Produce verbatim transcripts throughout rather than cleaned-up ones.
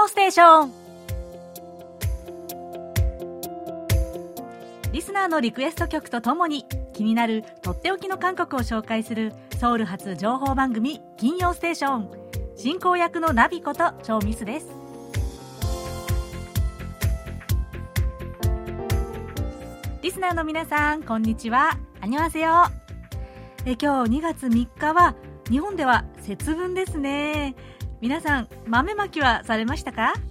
曜ステーション。リスナーのリクエスト曲とともに気になるとっておきの韓国を紹介するソウル発情報番組金曜ステーション。進行役のナビことチョウミスです。リスナーの皆さん、こんにちは。アニョハセヨ。え今日にがつみっかは日本では節分ですね。皆さん、豆まきはされましたか？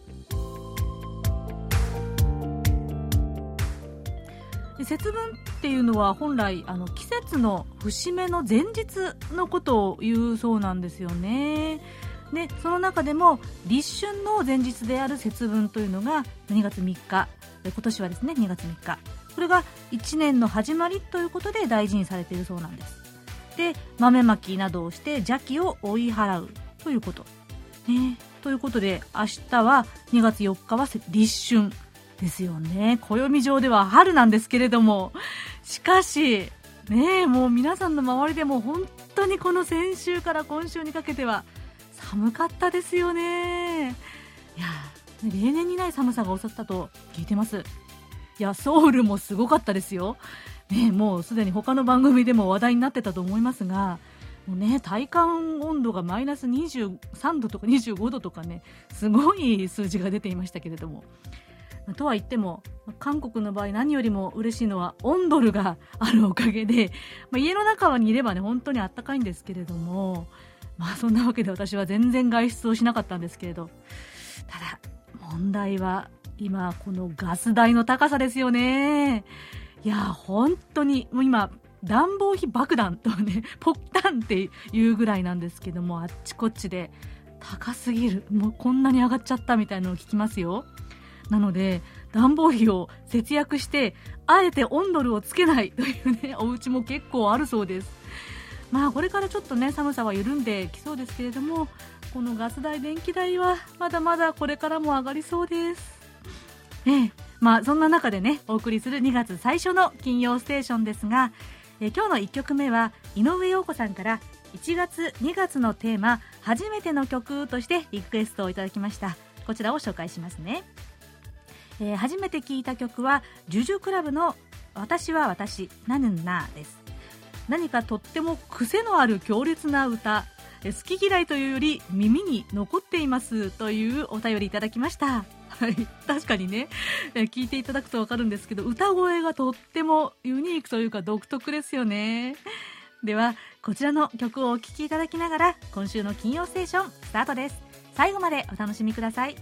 節分っていうのは本来あの季節の節目の前日のことを言うそうなんですよね。でその中でも立春の前日である節分というのがにがつみっか、今年はですねにがつみっか、これがいちねんの始まりということで大事にされているそうなんです。で豆まきなどをして邪気を追い払うということ、ね、ということで明日はにがつよっかは立春ですよね。暦上では春なんですけれども、しかしね、もう皆さんの周りでも本当にこの先週から今週にかけては寒かったですよね。いや例年にない寒さが襲ったと聞いてます。いやソウルもすごかったですよ、ね、もうすでに他の番組でも話題になってたと思いますが、もうね、体感温度がマイナスにじゅうさんどとかにじゅうごどとかね、すごい数字が出ていましたけれども、とは言っても韓国の場合何よりも嬉しいのはオンドルがあるおかげで、まあ、家の中にいればね本当にあったかいんですけれども、まあそんなわけで私は全然外出をしなかったんですけれど、ただ問題は今このガス代の高さですよね。いや本当にもう今暖房費爆弾とねポッタンっていうぐらいなんですけども、あっちこっちで高すぎる、もうこんなに上がっちゃったみたいなのを聞きますよ。なので暖房費を節約してあえてオンドルをつけないというねお家も結構あるそうです。まあこれからちょっとね寒さは緩んできそうですけれども、このガス代電気代はまだまだこれからも上がりそうです。ええ、まあそんな中でねお送りするにがつ最初の金曜ステーションですが、え今日のいっきょくめは井上陽子さんからいちがつにがつのテーマ初めての曲としてリクエストをいただきました。こちらを紹介しますね。えー、初めて聴いた曲はジュジュクラブの私は私ナヌンナーです。何かとっても癖のある強烈な歌、え好き嫌いというより耳に残っていますというお便りいただきました。はい、確かにね、え聞いていただくと分かるんですけど、歌声がとってもユニークというか独特ですよね。ではこちらの曲をお聴きいただきながら今週の金曜ステーションスタートです。最後までお楽しみください。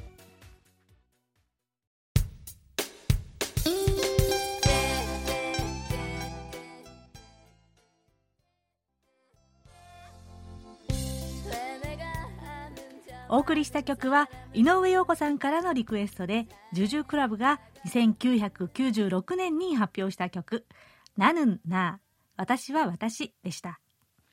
お送りした曲は井上陽子さんからのリクエストで、ジュジュクラブがせんきゅうひゃくきゅうじゅうろくねんに発表した曲ナヌンナー私は私でした。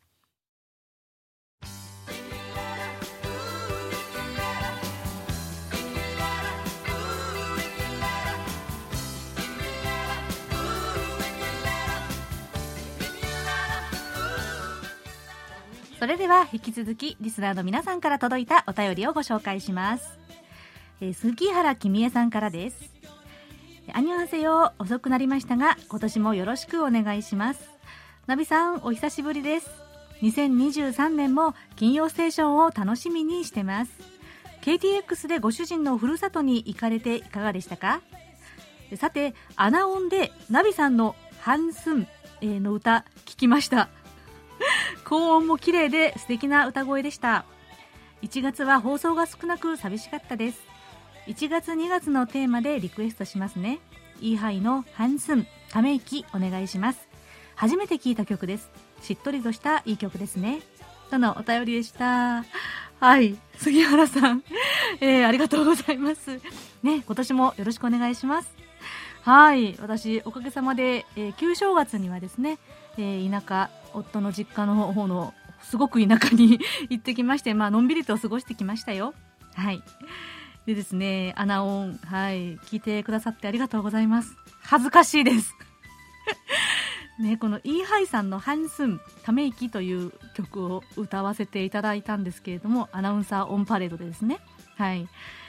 それでは引き続きリスナーの皆さんから届いたお便りをご紹介します。えー、杉原君江さんからです。アニョハセヨ、遅くなりましたが今年もよろしくお願いします。ナビさんお久しぶりです。にせんにじゅうさんねんも金曜ステーションを楽しみにしてます。 ケーティーエックス でご主人のふるさとに行かれていかがでしたか？さてアナオンでナビさんのハンスンの歌聞きました。高音も綺麗で素敵な歌声でした。いちがつは放送が少なく寂しかったです。いちがつにがつのテーマでリクエストしますね。イーハイのハンスンため息お願いします。初めて聞いた曲です。しっとりとしたいい曲ですね、とのお便りでした。はい、杉原さん、えー、ありがとうございますね。今年もよろしくお願いします。はい、私おかげさまで、えー、旧正月にはですね、えー、田舎夫の実家の方のすごく田舎に行ってきまして、まあのんびりと過ごしてきましたよ。はい。でですね、アナオン、はい、聞いてくださってありがとうございます。恥ずかしいですね、このイーハイさんのハンスンため息という曲を歌わせていただいたんですけれども、アナウンサーオンパレードでですね、はい、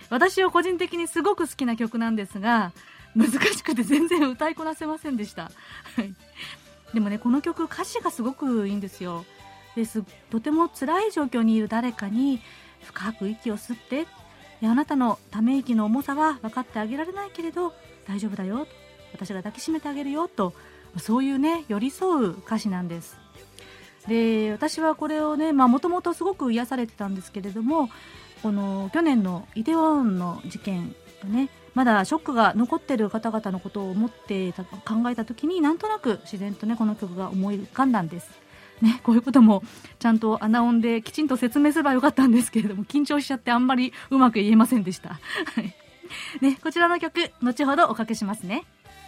私は個人的にすごく好きな曲なんですが、難しくて全然歌いこなせませんでしたでもね、この曲歌詞がすごくいいんですよ。ですとても辛い状況にいる誰かに深く息を吸って、あなたのため息の重さは分かってあげられないけれど大丈夫だよ、私が抱きしめてあげるよと、そういうね寄り添う歌詞なんです。で、私はこれをね、もともとすごく癒されてたんですけれども、この去年のイテウォンの事件がね、まだショックが残っている方々のことを思ってた考えた時に、なんとなく自然とねこの曲が思い浮かんだんですね。こういうこともちゃんと穴音できちんと説明すればよかったんですけれども、緊張しちゃってあんまりうまく言えませんでしたね、こちらの曲後ほどおかけしますね。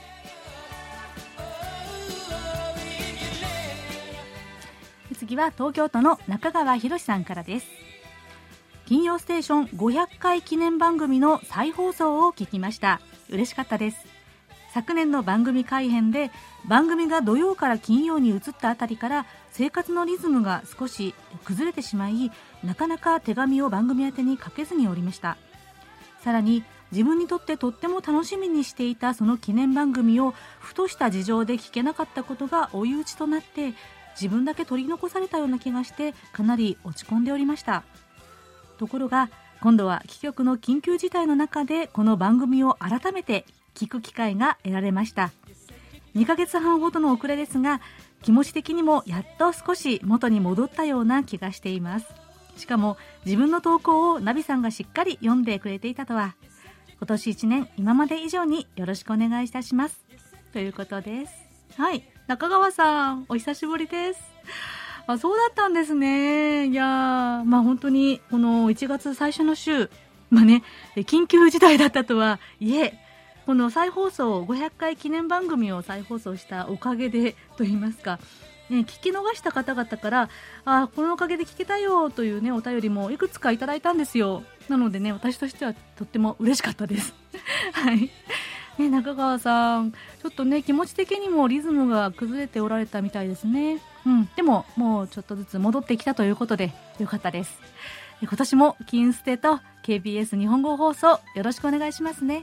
次は東京都の中川博さんからです。金曜ステーションごひゃっかい記念番組の再放送を聞きました。嬉しかったです。昨年の番組改編で番組が土曜から金曜に移ったあたりから生活のリズムが少し崩れてしまい、なかなか手紙を番組宛てに書けずにおりました。さらに自分にとってとっても楽しみにしていたその記念番組をふとした事情で聞けなかったことが追い打ちとなって、自分だけ取り残されたような気がしてかなり落ち込んでおりました。ところが今度は貴局の緊急事態の中でこの番組を改めて聞く機会が得られました。にかげつはんほどの遅れですが、気持ち的にもやっと少し元に戻ったような気がしています。しかも自分の投稿をナビさんがしっかり読んでくれていたとは、今年いちねん今まで以上によろしくお願いいたしますということです。はい、中川さんお久しぶりです。あ、そうだったんですね。いやー、まあ本当にこのいちがつ最初の週、まあね、緊急事態だったとはいえ、この再放送ごひゃっかい記念番組を再放送したおかげでといいますか、ね、聞き逃した方々からあこのおかげで聞けたよというねお便りもいくつかいただいたんですよ。なのでね、私としてはとっても嬉しかったですはいね、中川さんちょっとね気持ち的にもリズムが崩れておられたみたいですね。うん、でももうちょっとずつ戻ってきたということでよかったです。今年も金ステと ケービーエス 日本語放送よろしくお願いしますね。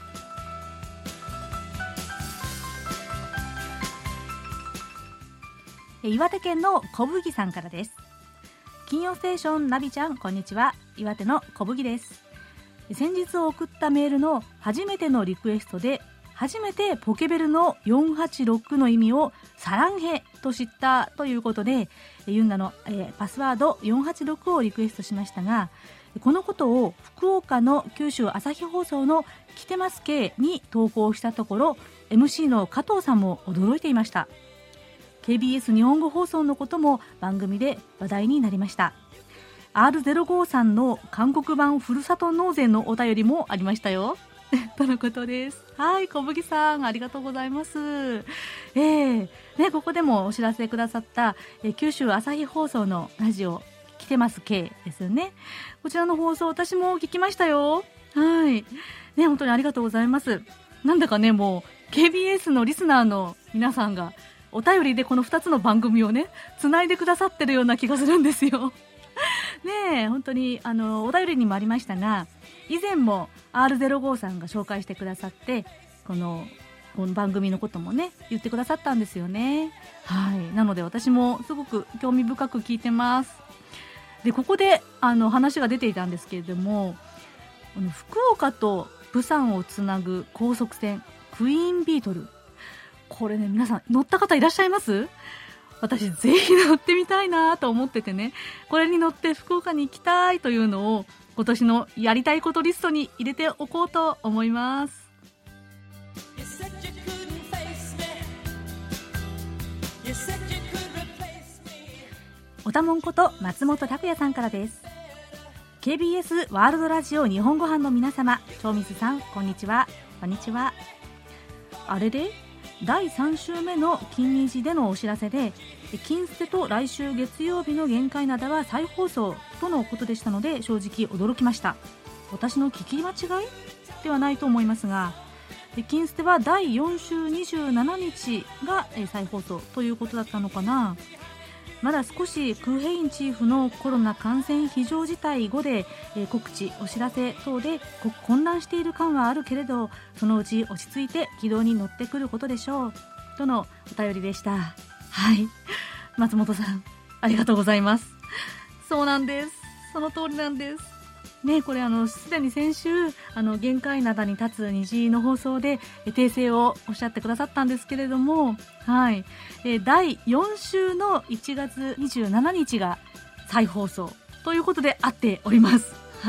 岩手県の小麦さんからです。金曜ステーションナビちゃんこんにちは、岩手の小麦です。先日送ったメールの初めてのリクエストで初めてポケベルのよんはちろくの意味をサランヘと知ったということで、ユンガの、えー、パスワードよんはちろくをリクエストしましたが、このことを福岡の九州朝日放送の来てます系に投稿したところ エムシー の加藤さんも驚いていました。ケービーエス 日本語放送のことも番組で話題になりました。 アールゼロごさん の韓国版ふるさと納税のお便りもありましたよとのことです。はい、小麦さんありがとうございます。えーね、ここでもお知らせくださった、えー、九州朝日放送のラジオ来てます系ですよね。こちらの放送私も聞きましたよ。はい、ね、本当にありがとうございます。なんだかねもう ケービーエス のリスナーの皆さんがお便りでこのふたつの番組をねつないでくださってるような気がするんですよねえ、本当にあのお便りにもありましたが、以前も アールゼロご さんが紹介してくださってこのこの番組のこともね言ってくださったんですよね。はい、なので私もすごく興味深く聞いてます。でここであの話が出ていたんですけれども、あの福岡と釜山をつなぐ高速船クイーンビートル、これね皆さん乗った方いらっしゃいます？私ぜひ乗ってみたいなと思っててね、これに乗って福岡に行きたいというのを今年のやりたいことリストに入れておこうと思います。おたもんこと松本拓也さんからです。 ケービーエス ワールドラジオ日本語版の皆様、チョーミスさんこんにちは。こんにちは。あれでだいさん週目の金日でのお知らせで、金ステと来週月曜日の限界などは再放送とのことでしたので正直驚きました。私の聞き間違いではないと思いますが、金ステはだいよん週にじゅうしちにちが再放送ということだったのかな。 まだ少しクーヘインチーフのコロナ感染非常事態後で、えー、告知お知らせ等で混乱している感はあるけれど、そのうち落ち着いて軌道に乗ってくることでしょうとのお便りでした。はい、松本さんありがとうございます。そうなんです、その通りなんですね。これあのすでに先週あの限界灘に立つ虹の放送で訂正をおっしゃってくださったんですけれども、はい、えだいよん週のいちがつにじゅうしちにちが再放送ということで合っております。はい、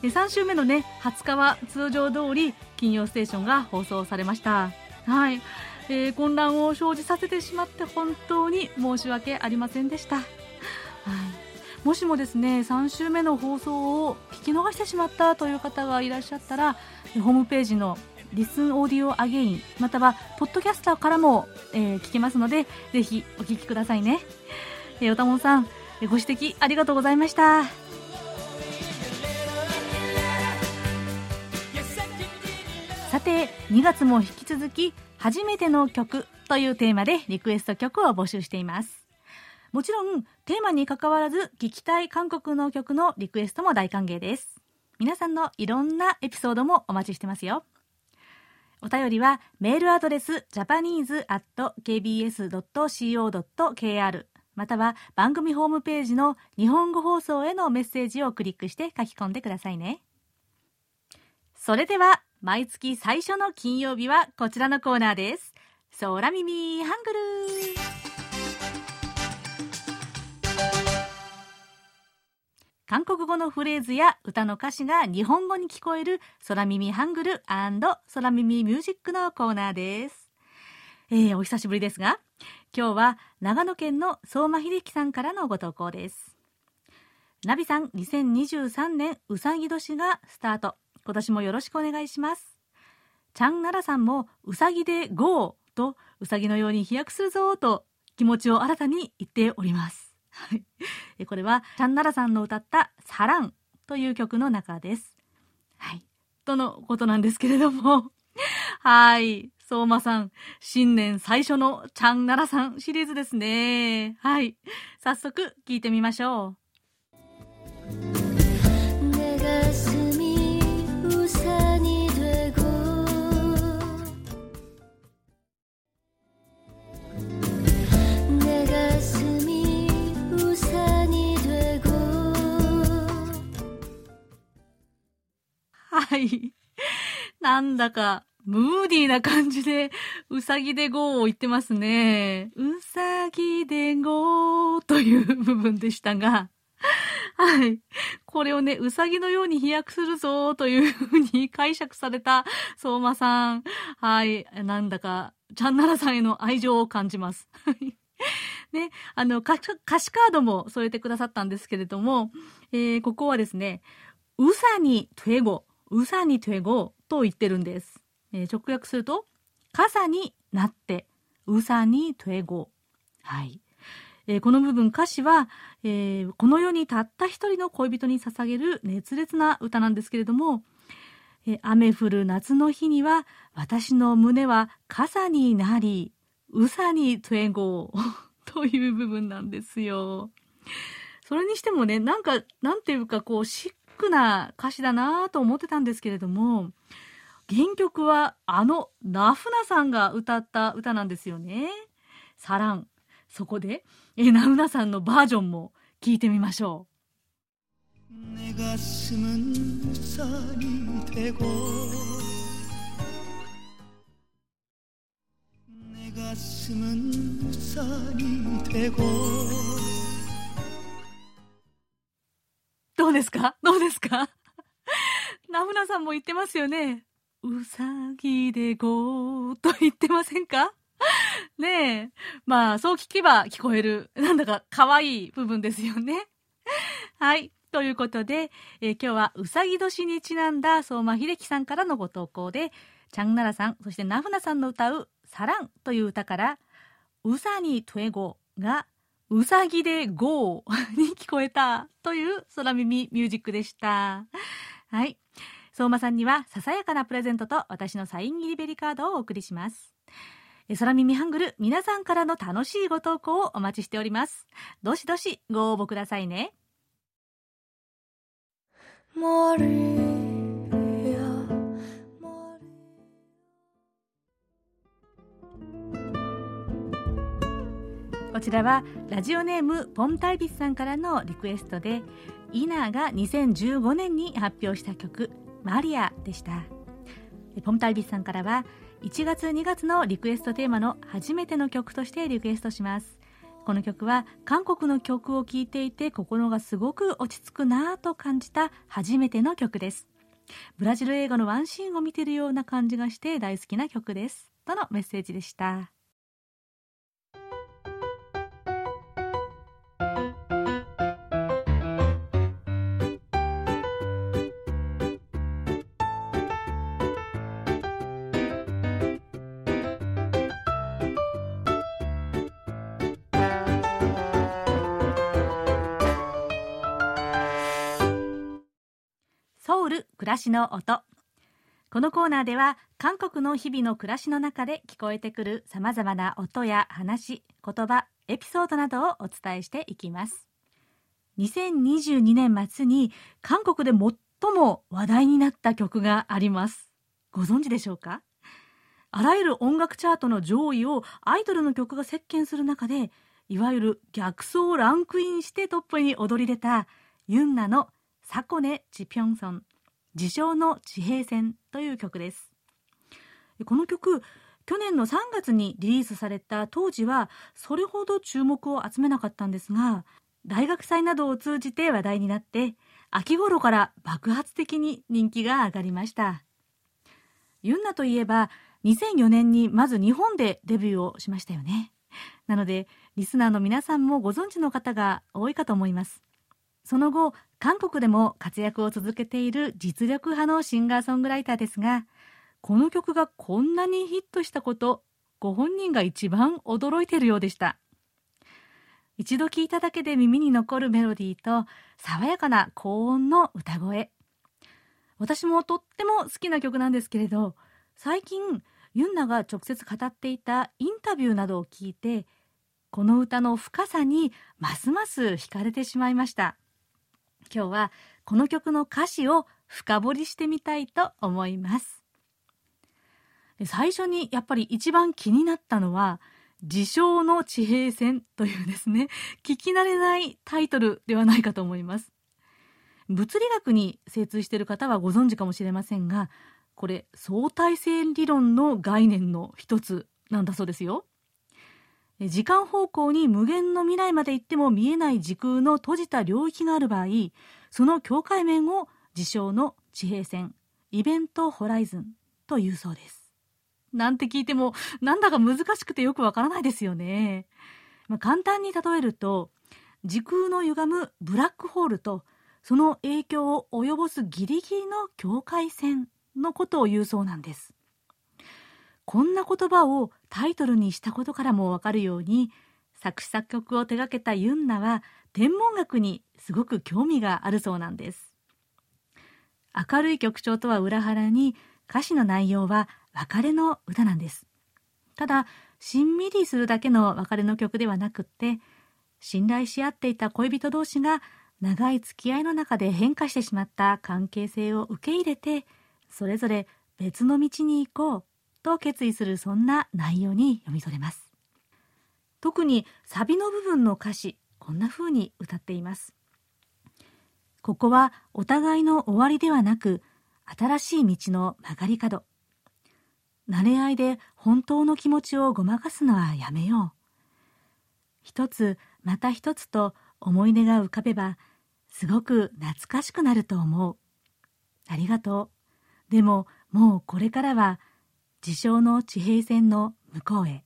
さん週目のねはつかは通常通り金曜ステーションが放送されました。はい、えー、混乱を生じさせてしまって本当に申し訳ありませんでした。はい、もしもですねさん週目の放送を聞き逃してしまったという方がいらっしゃったら、ホームページのリスンオーディオアゲインまたはポッドキャスターからも、えー、聞けますので、ぜひお聞きくださいね。えー、おたもんさんご指摘ありがとうございました。さてにがつも引き続き初めての曲というテーマでリクエスト曲を募集しています。もちろんテーマに関わらず聞きたい韓国の曲のリクエストも大歓迎です。皆さんのいろんなエピソードもお待ちしてますよ。お便りはメールアドレス ジャパニーズ アット ケービーエス ドット シーオー ドット ケーアール または番組ホームページの日本語放送へのメッセージをクリックして書き込んでくださいね。それでは毎月最初の金曜日はこちらのコーナーです。空耳ハングル。韓国語のフレーズや歌の歌詞が日本語に聞こえる空耳ハングル&空耳ミュージックのコーナーです。えー、お久しぶりですが、今日は長野県の相馬秀樹さんからのご投稿です。ナビさん、にせんにじゅうさんねんうさぎ年がスタート。今年もよろしくお願いします。チャンナラさんもうさぎでゴーとうさぎのように飛躍するぞと気持ちを新たに言っております。これはチャンナラさんの歌ったサランという曲の中です。はい、とのことなんですけれどもはい、相馬さん新年最初のチャンナラさんシリーズですね。はい、早速聞いてみましょう。はい、なんだかムーディーな感じでうさぎでゴーを言ってますね。うさぎでゴーという部分でしたが、はい、これをねうさぎのように飛躍するぞというふうに解釈された相馬さん、はい、なんだかチャンナラさんへの愛情を感じますね、あの歌詞カードも添えてくださったんですけれども、えー、ここはですねうさに되고うさに되고と言ってるんです。えー、直訳すると傘になってうさに되고、はい、えー、この部分歌詞は、えー、この世にたった一人の恋人に捧げる熱烈な歌なんですけれども、えー、雨降る夏の日には私の胸は傘になりうさに되고という部分なんですよ。それにしてもね、なんかなんていうかこうシックな歌詞だなと思ってたんですけれども、原曲はあのナフナさんが歌った歌なんですよね。サラン。そこでえナフナさんのバージョンも聞いてみましょう。내 가슴은 우산이 되고 내 가슴은 우산이 되고どうですかどうですかナフナさんも言ってますよね。うさぎでゴーと言ってませんかねえ。まあそう聞けば聞こえるなんだか可愛い部分ですよね。はい。ということで、えー、今日はうさぎ年にちなんだ相馬秀樹さんからのご投稿で、チャンナラさんそしてナフナさんの歌うサランという歌からうさに되고がうさぎでゴーに聞こえたという空耳ミュージックでした。はい、相馬さんにはささやかなプレゼントと私のサイン入りベリカードをお送りします。 空耳ハングル、皆さんからの楽しいご投稿をお待ちしております。どしどしご応募くださいね。こちらはラジオネームポンタイビスさんからのリクエストで、イナがにせんじゅうごねんに発表した曲マリアでした。ポンタイビスさんからは、いちがつにがつのリクエストテーマの初めての曲としてリクエストします。この曲は韓国の曲を聴いていて心がすごく落ち着くなぁと感じた初めての曲です。ブラジル映画のワンシーンを見ているような感じがして大好きな曲ですとのメッセージでした。ソウル暮らしの音。このコーナーでは韓国の日々の暮らしの中で聞こえてくるさまざまな音や話、言葉、エピソードなどをお伝えしていきます。にせんにじゅうにねん末に韓国で最も話題になった曲があります。ご存知でしょうか？あらゆる音楽チャートの上位をアイドルの曲が席巻する中で、いわゆる逆走ランクインしてトップに躍り出たユンナのサコネ・ジピョンソン、自称の地平線という曲です。この曲、去年のさんがつにリリースされた当時はそれほど注目を集めなかったんですが、大学祭などを通じて話題になって、秋頃から爆発的に人気が上がりました。ユンナといえばにせんよねんにまず日本でデビューをしましたよね。なのでリスナーの皆さんもご存知の方が多いかと思います。その後、韓国でも活躍を続けている実力派のシンガーソングライターですが、この曲がこんなにヒットしたこと、ご本人が一番驚いているようでした。一度聴いただけで耳に残るメロディーと爽やかな高音の歌声。私もとっても好きな曲なんですけれど、最近ユンナが直接語っていたインタビューなどを聞いて、この歌の深さにますます惹かれてしまいました。今日はこの曲の歌詞を深掘りしてみたいと思います。最初にやっぱり一番気になったのは、自称の地平線というですね、聞き慣れないタイトルではないかと思います。物理学に精通している方はご存知かもしれませんが、これ相対性理論の概念の一つなんだそうですよ。時間方向に無限の未来まで行っても見えない時空の閉じた領域がある場合、その境界面を自称の地平線、イベントホライズンというそうです。なんて聞いてもなんだか難しくてよくわからないですよね。まあ、簡単に例えると、時空の歪むブラックホールとその影響を及ぼすギリギリの境界線のことを言うそうなんです。こんな言葉をタイトルにしたことからもわかるように、作詞作曲を手掛けたユンナは天文学にすごく興味があるそうなんです。明るい曲調とは裏腹に、歌詞の内容は別れの歌なんです。ただ、しんみりするだけの別れの曲ではなくって、信頼し合っていた恋人同士が長い付き合いの中で変化してしまった関係性を受け入れて、それぞれ別の道に行こうと決意する、そんな内容に読み取れます。特にサビの部分の歌詞、こんな風に歌っています。ここはお互いの終わりではなく、新しい道の曲がり角。慣れ合いで本当の気持ちをごまかすのはやめよう。一つまた一つと思い出が浮かべば、すごく懐かしくなると思う。ありがとう。でももうこれからは自称の地平線の向こうへ。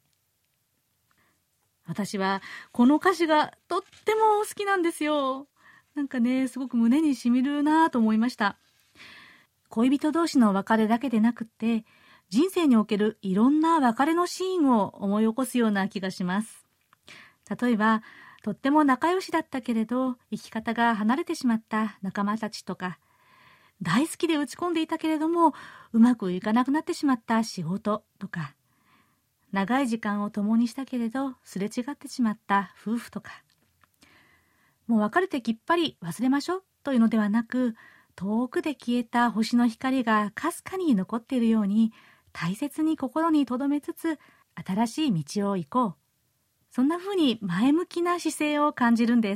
私はこの歌詞がとっても好きなんですよ。なんかね、すごく胸にしみるなと思いました。恋人同士の別れだけでなくって、人生におけるいろんな別れのシーンを思い起こすような気がします。例えば、とっても仲良しだったけれど生き方が離れてしまった仲間たちとか、大好きで打ち込んでいたけれどもうまくいかなくなってしまった仕事とか、 長い時間を共にしたけれどすれ違ってしまった夫婦とか、もう別れてきっぱり忘れましょうというのではなく、遠くで消えた星の光がかすかに残っているように、大切に心に留めつつ新しい道を行こう、そんな風に前向きな姿勢を感じるんです。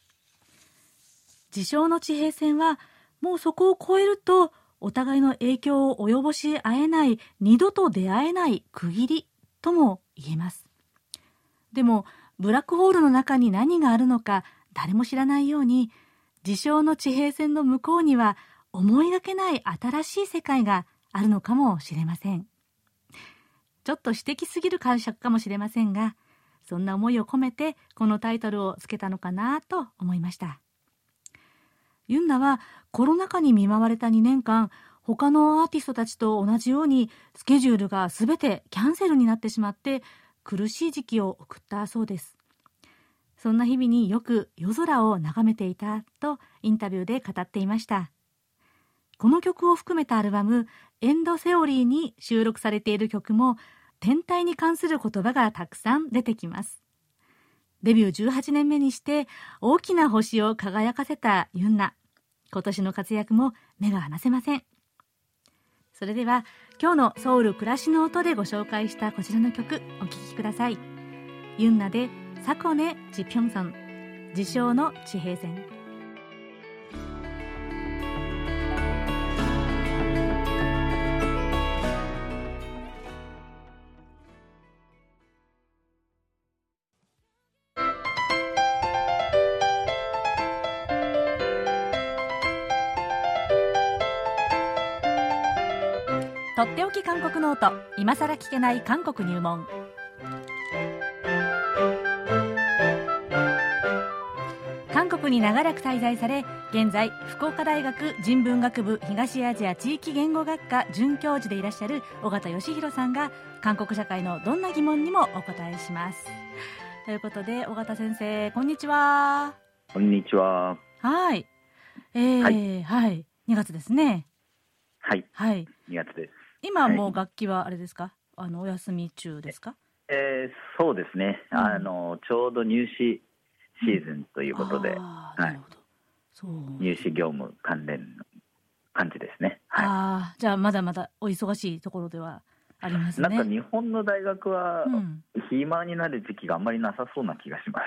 自称の地平線はもうそこを越えるとお互いの影響を及ぼし合えない、二度と出会えない区切りとも言えます。でもブラックホールの中に何があるのか誰も知らないように、自称の地平線の向こうには思いがけない新しい世界があるのかもしれません。ちょっと私的すぎる解釈かもしれませんが、そんな思いを込めてこのタイトルをつけたのかなと思いました。ユンナはコロナ禍に見舞われたにねんかん、他のアーティストたちと同じようにスケジュールがすべてキャンセルになってしまって苦しい時期を送ったそうです。そんな日々によく夜空を眺めていたとインタビューで語っていました。この曲を含めたアルバムエンドセオリーに収録されている曲も天体に関する言葉がたくさん出てきます。デビューじゅうはちねんめにして大きな星を輝かせたユンナ、今年の活躍も目が離せません。それでは今日のソウル暮らしの音でご紹介したこちらの曲お聴きください。ユンナでサコネジピョンソン、自称の地平線。とっておき韓国ノート、今さら聞けない韓国入門。韓国に長らく滞在され、現在福岡大学人文学部東アジア地域言語学科准教授でいらっしゃる尾形義弘さんが韓国社会のどんな疑問にもお答えします。ということで尾形先生、こんにちは。 こんにちは。 はい、えーはいはい、にがつですね。 はい、 はい、 にがつです。 今もう楽器はあれですか、あのお休み中ですか？ えー、そうですね、うん、あのちょうど入試シーズンということで、うん、 あ、なるほど、そう、 入試業務関連の感じですね。はい、 あ、じゃあまだまだお忙しいところではありますね。 なんか日本の大学は、うん、暇になる時期があんまりなさそうな気がします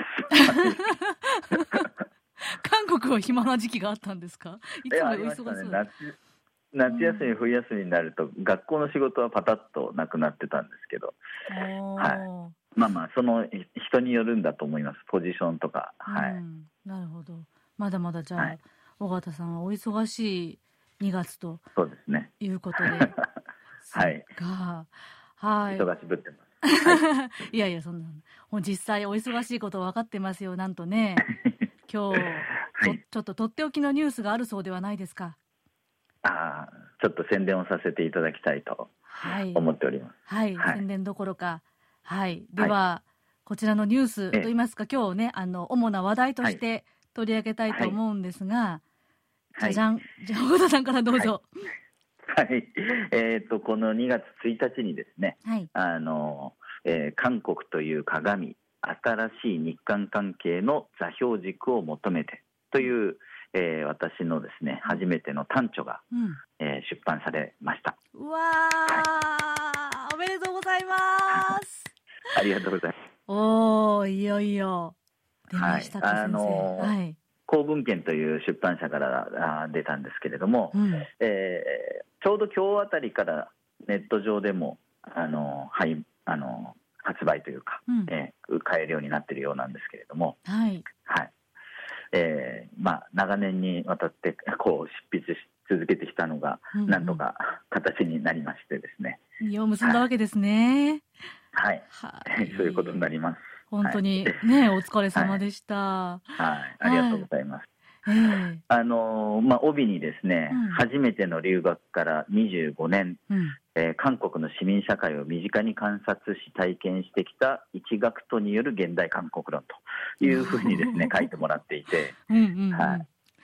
韓国は暇な時期があったんですか？いつもお忙しそう。 夏夏休み、冬休みになると学校の仕事はパタッとなくなってたんですけど、はい、まあまあその人によるんだと思います、ポジションとか、はい、 うん、なるほど。まだまだじゃあ、はい、尾形さんはお忙しいにがつということで、 はい、はい、忙しぶってます、はい、 いやいや、そんなもう実際お忙しいこと分かってますよ。なんとね今日、はい、ちょっととっておきのニュースがあるそうではないですか。 あ、ちょっと宣伝をさせていただきたいと思っております。 はい、はいはい、宣伝どころか、はい、では、はい、こちらのニュースといいますか、今日ね、あの主な話題として取り上げたいと思うんですが、はい、じゃじゃん、じゃあ尾田さんからどうぞ。 はい、はい、えーとこのにがつついたちにですね、はい、あのえー、韓国という鏡、新しい日韓関係の座標軸を求めてという、えー、私のですね初めての短著が、うん、えー、出版されました。 うわー、はい、おめでとうございます。 ありがとうございます。 おー、いよいよ出ましたか、はい、先生。あのーはい、 公文献という出版社から出たんですけれども、うん、えー、ちょうど今日あたりからネット上でもあのーはいあのー発売というか、うん、えー、買えるようになっているようなんですけれども、 はいはい、えーまあ、長年にわたってこう執筆し続けてきたのが、うんうん、なんとか形になりましてですね、 実を結んだわけですね。 はい、はい、そういうことになります。 本当にね、はい、お疲れ様でした。 はい、はい、ありがとうございます。 えー、 あのまあ、帯にですね、うん、初めての留学からにじゅうごねん、うん、えー、韓国の市民社会を身近に観察し体験してきた一学徒による現代韓国論というふうにですね書いてもらっていて、うんうんうん、はい、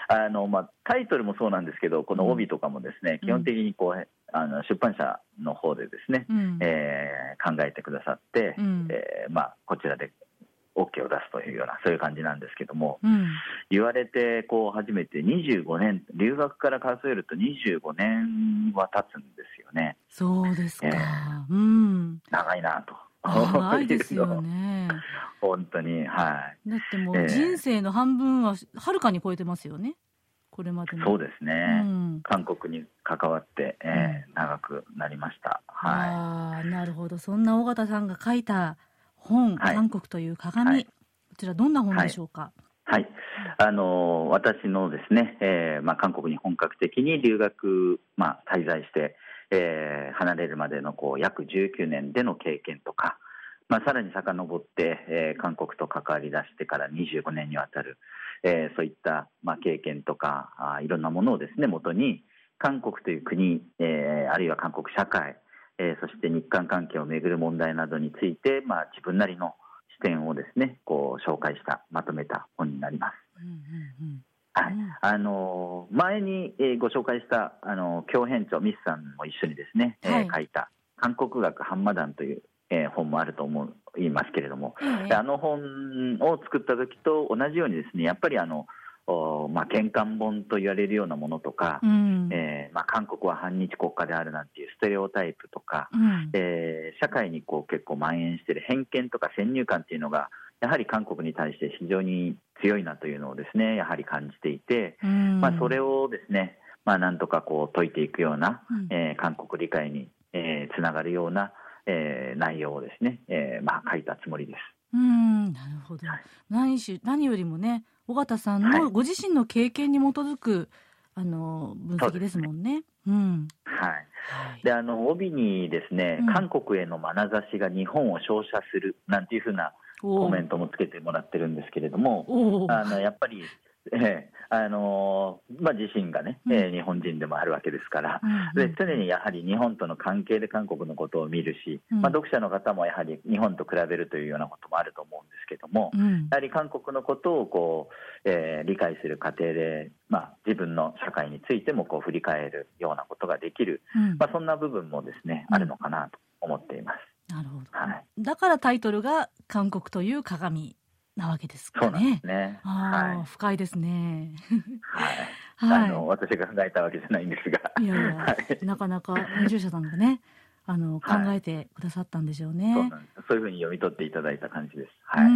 あのまあ、タイトルもそうなんですけど、この帯とかもですね、うん、基本的にこうあの出版社の方でですね、うん、えー、考えてくださって、うん、えーまあ、こちらで OK を出すというような、そういう感じなんですけども、うん、言われてこう初めてにじゅうごねん、留学から数えるとにじゅうごねんは経つんですよね。 そうですか、えーうん、 長いなと。 長いですよね。 本当に、はい。 だってもう人生の半分ははるかに超えてますよね、これまでの。 そうですね、うん、韓国に関わって、えーうん、長くなりました。 はい、あ、なるほど。そんな尾形さんが書いた本、はい、韓国という鏡、はい、こちらどんな本でしょうか。 はい、はい、あの私のですね、えーまあ、韓国に本格的に留学、まあ、滞在して、えー、離れるまでのこう約じゅうきゅうねんでの経験とか、まあ、さらに遡って、えー、韓国と関わり出してからにじゅうごねんにわたる、えー、そういった、まあ、経験とかあいろんなものをですね元に韓国という国、えー、あるいは韓国社会、えー、そして日韓関係をめぐる問題などについて、まあ、自分なりの視点をですねこう紹介したまとめた本になります。うんうんうん、はい、あの前に、えー、ご紹介したあの共編長ミスさんも一緒にですね、はい、えー、書いた韓国学ハンマダンという、えー、本もあると思いますけれども、えー、あの本を作った時と同じようにですねやっぱりあのまあ、喧嘩本と言われるようなものとか、うん、えーまあ、韓国は反日国家であるなんていうステレオタイプとか、うん、えー、社会にこう結構蔓延している偏見とか先入観というのがやはり韓国に対して非常に強いなというのをですねやはり感じていて、うん、まあ、それをですね、まあ、なんとかこう解いていくような、うん、えー、韓国理解に、えー、つながるような、えー、内容をですね、えーまあ、書いたつもりです。 うーん、なるほど、はい、何し何よりもね尾形さんのご自身の経験に基づく、はい、あの分析ですもんね。うん、 はい、であの帯にですね、うん、韓国への眼差しが日本を照射するなんていうふうなコメントもつけてもらってるんですけれども、あのやっぱり、えーあのーまあ、自身がね、えー、日本人でもあるわけですから、うん、で常にやはり日本との関係で韓国のことを見るし、うん、まあ、読者の方もやはり日本と比べるというようなこともあると思うんですけども、うん、やはり韓国のことをこう、えー、理解する過程で、まあ、自分の社会についてもこう振り返るようなことができる、うん、まあ、そんな部分もですね、あるのかなと思っています。 なるほど、はい、だからタイトルが韓国という鏡なわけですかね。 そうなんですね。 あ、はい、深いですね。 はい。はい、あの私が考えたわけじゃないんですが、 いやいや、はい、なかなか編集者さんがね、あの考えてくださったんでしょうね。 はい、そうなんです。そういうふうに読み取っていただいた感じです。はい。 うん、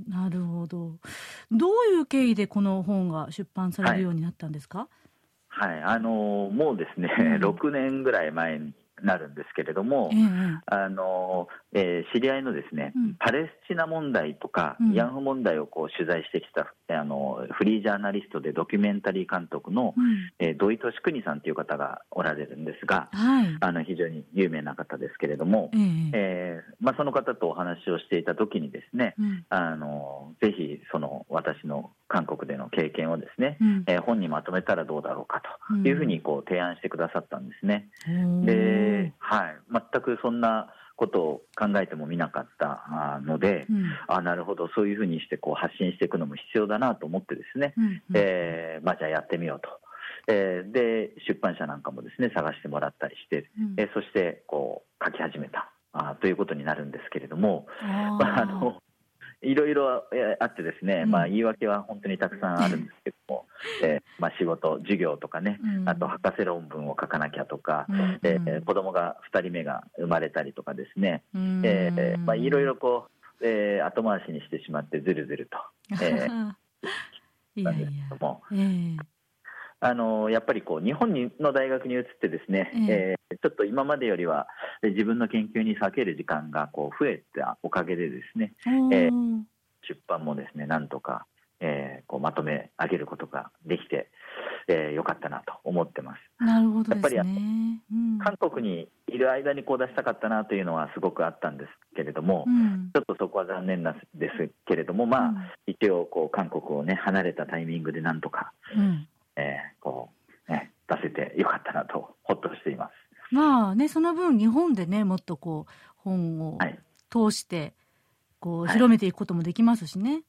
なるほど。どういう経緯でこの本が出版されるようになったんですか。 はい、はい、あのもうですね、うん、ろくねんぐらい前になるんですけれども、えーあのえー、知り合いのですね、うん、パレスチナ問題とか、うん、慰安婦問題をこう取材してきたあのフリージャーナリストでドキュメンタリー監督の、うん、えー、土井敏邦さんという方がおられるんですが、はい、あの非常に有名な方ですけれども、えーえーまあ、その方とお話をしていた時にですね、うん、あのぜひその私の韓国での経験をですね、うん、えー、本にまとめたらどうだろうかというふうにこう提案してくださったんですね。うん、で、はい、全くそんなことを考えてもみなかったので、うん、あ、なるほど、そういうふうにしてこう発信していくのも必要だなと思ってですね、うんうん、えーまあ、じゃあやってみようと、えー、で出版社なんかもですね探してもらったりして、うん、えー、そしてこう書き始めたあということになるんですけれども、あ、まあ、あのいろいろあってですね、まあ、言い訳は本当にたくさんあるんですけども、えーまあ、仕事、授業とかね、うん、あと博士論文を書かなきゃとか、うん、えー、子供がふたりめが生まれたりとかですね、うん、えーまあ、いろいろこう、えー、後回しにしてしまってずるずると、えー、なんですけども、いやいやいや、えーあのやっぱりこう日本の大学に移ってですね、えーえー、ちょっと今までよりは自分の研究に割ける時間がこう増えたおかげでですね、えー、出版もですねなんとか、えー、こうまとめ上げることができて、えー、よかったなと思ってます。 なるほどですね。 やっぱり、うん、韓国にいる間にこう出したかったなというのはすごくあったんですけれども、うん、ちょっとそこは残念なんですけれども、まあ、うん、一応こう韓国をね離れたタイミングでなんとか、うん、えー、こうね、出せてよかったなとほっとしています。 まあね、その分日本でねもっとこう本を通してこう、はい、広めていくこともできますしね。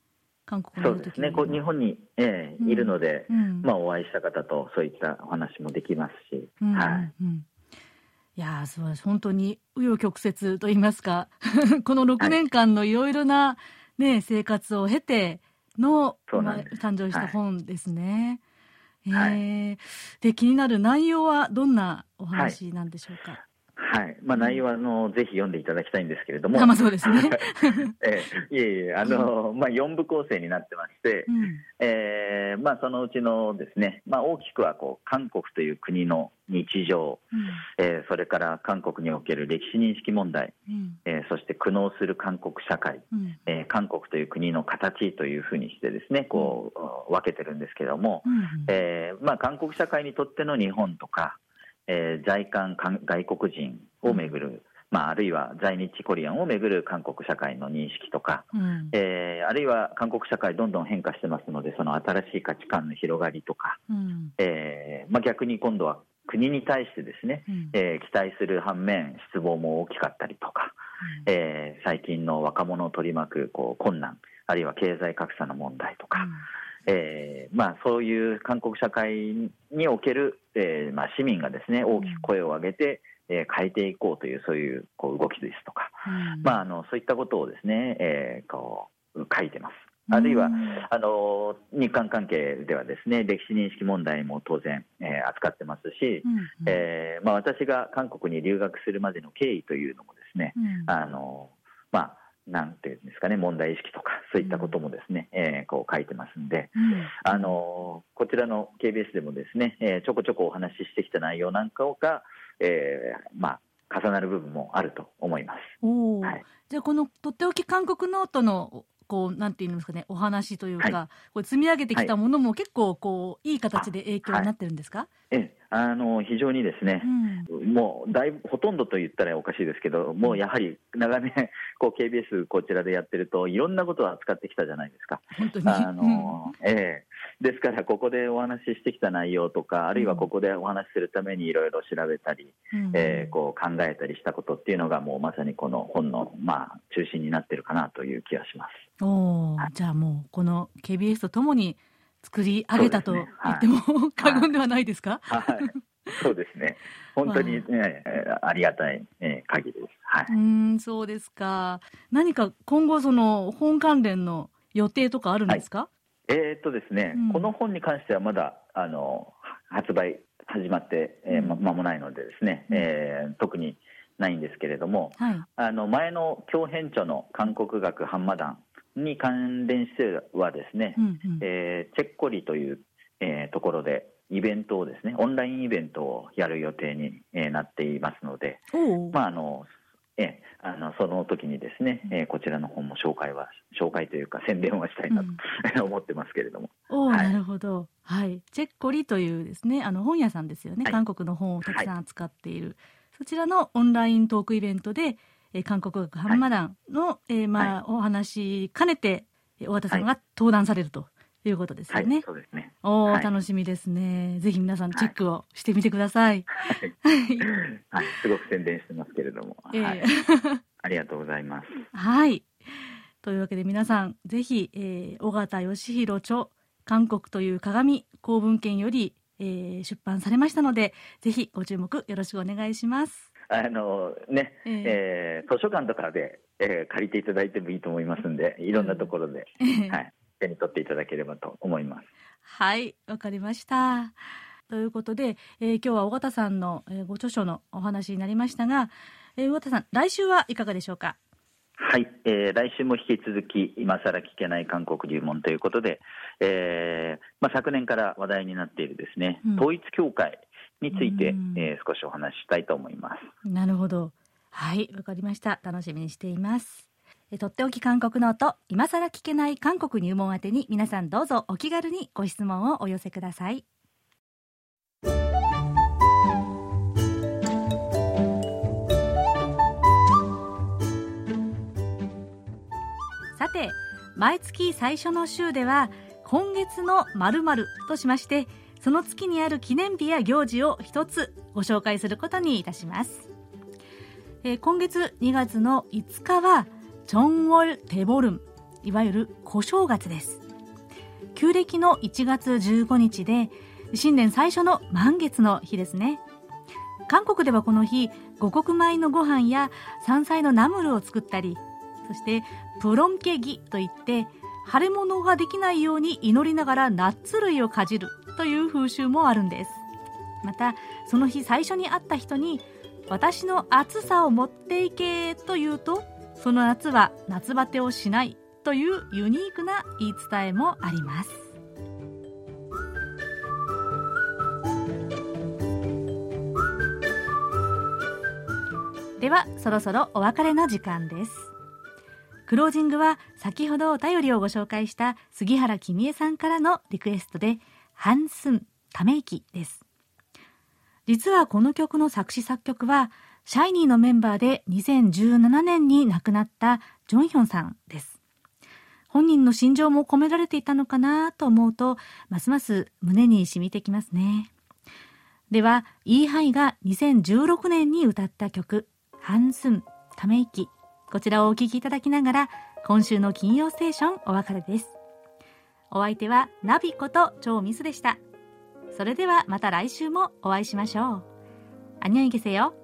韓国にいる時に。 そうですね、こう日本に、えーうん、いるので、うんまあ、お会いした方とそういったお話もできますし、 うんはい、 うん、いやそうです。本当に紆余曲折といいますかこのろくねんかんのいろいろな、ね、生活を経ての、まあ、誕生した本ですね。はい、えー、で気になる内容はどんなお話なんでしょうか。 はいはいまあ、内容はあの、うん、ぜひ読んでいただきたいんですけれども、 あ、まあ、そうですねえー、いえいえあの、まあ、よんぶ構成になってまして、うんえーまあ、そのうちのですね、まあ、大きくはこう韓国という国の日常、うんえー、それから韓国における歴史認識問題、うんえー、そして苦悩する韓国社会、うんえー、韓国という国の形というふうにしてですねこう、うん、分けてるんですけれども、うんえーまあ、韓国社会にとっての日本とかえー、在韓外国人をめぐる、うんまあ、あるいは在日コリアンをめぐる韓国社会の認識とか、うんえー、あるいは韓国社会どんどん変化してますのでその新しい価値観の広がりとか、うんえーまあ、逆に今度は国に対してですね、うんえー、期待する反面失望も大きかったりとか、うんえー、最近の若者を取り巻くこう困難あるいは経済格差の問題とか、うんえーまあ、そういう韓国社会における、えーまあ、市民がですね大きく声を上げて、うんえー、変えていこうというそういうこう動きですとか、うんまあ、あのそういったことをですね、えー、こう書いてます。あるいは、うん、あの日韓関係ではですね歴史認識問題も当然、えー、扱ってますし、うんうんえーまあ、私が韓国に留学するまでの経緯というのもですね、うんあのまあなんていうんですかね問題意識とかそういったこともですね、うんえー、こう書いてますんで、うん、あのこちらの ケービーエス でもですね、えー、ちょこちょこお話ししてきた内容なんかが、えー、まあ重なる部分もあると思います。 お、はい、じゃあこのとっておき韓国ノートのこうなんていうんですかねお話というか、はい、こう積み上げてきたものも結構こういい形で影響になってるんですか？ ええあの非常にですね、うん、もうだいぶほとんどと言ったらおかしいですけどもうやはり長年こう ケービーエス こちらでやってるといろんなことを扱ってきたじゃないですか。 本当にあの、うんええ、ですからここでお話ししてきた内容とかあるいはここでお話しするためにいろいろ調べたり、うんえー、こう考えたりしたことっていうのがもうまさにこの本の、まあ、中心になってるかなという気がします。 お、はい、じゃあもうこの ケービーエス とともに作り上げたと言っても、ねはい、過言ではないですか？ はいはい、そうですね本当に、ね、ありがたい、えー、限りです、はい、 うーんそうですか。何か今後その本関連の予定とかあるんですか？はい、 えー、っとですね、うん、この本に関してはまだあの発売始まって、えー、間もないのでですね、うんえー、特にないんですけれども、はい、あの前の共編著の韓国学ハンマダンに関連してはですね、うんうんえー、チェッコリという、えー、ところでイベントをですねオンラインイベントをやる予定に、えー、なっていますので、まああのえー、あのその時にですね、えー、こちらの本も紹介は紹介というか宣伝はしたいなと、うん、思ってますけれども。 お、はい、なるほど、はい、チェッコリというですねあの本屋さんですよね、はい、韓国の本をたくさん扱っている、はい、そちらのオンライントークイベントでえー、韓国学ハンマダンの、はいえーまあはい、お話兼ねて尾形さんが登壇されるということですよね。 はい、そうですね。 お、はい、楽しみですね。ぜひ皆さんチェックをしてみてください。 はい、はい、すごく宣伝してますけれども、えーはい、ありがとうございます。 はい。というわけで皆さんぜひ、えー、尾形義弘著韓国という鏡公文献より、えー、出版されましたのでぜひご注目よろしくお願いします。 あのねえーえー、図書館とかで、えー、借りていただいてもいいと思いますんでいろんなところで、うんはい、手に取っていただければと思います。 はい、わかりました。ということで、えー、今日は尾形さんの、えー、ご著書のお話になりましたが、えー、尾形さん来週はいかがでしょうか？ はい、えー、来週も引き続き今更聞けない韓国入門ということで、えーまあ、昨年から話題になっているですね、うん、統一教会について、えー、少しお話ししたいと思います。 なるほど、はい、わかりました。楽しみにしています。えとっておき韓国ノート今更聞けない韓国入門宛てに皆さんどうぞお気軽にご質問をお寄せください。さて毎月最初の週では今月の〇〇としましてその月にある記念日や行事を一つご紹介することにいたします。えー、今月にがつのいつかはチョンウォルテボルンいわゆる小正月です。旧暦のいちがつじゅうごにちで新年最初の満月の日ですね。韓国ではこの日、五穀米のご飯や山菜のナムルを作ったり、そしてプロンケギといって腫れ物ができないように祈りながらナッツ類をかじるという風習もあるんです。またその日最初に会った人に私の暑さを持っていけと言うと、その夏は夏バテをしないというユニークな言い伝えもあります。ではそろそろお別れの時間です。クロージングは先ほどお便りをご紹介した杉原君江さんからのリクエストでハンスンため息です。実はこの曲の作詞作曲はシャイニーのメンバーでにせんじゅうななねんに亡くなったジョンヒョンさんです。本人の心情も込められていたのかなと思うと、ますます胸に染みてきますね。ではイーハイがにせんじゅうろくねんに歌った曲ハンスンため息、こちらをお聴きいただきながら今週の金曜ステーションお別れです。お相手はナビこと超ミスでした。それではまた来週もお会いしましょう。안녕히 계세요。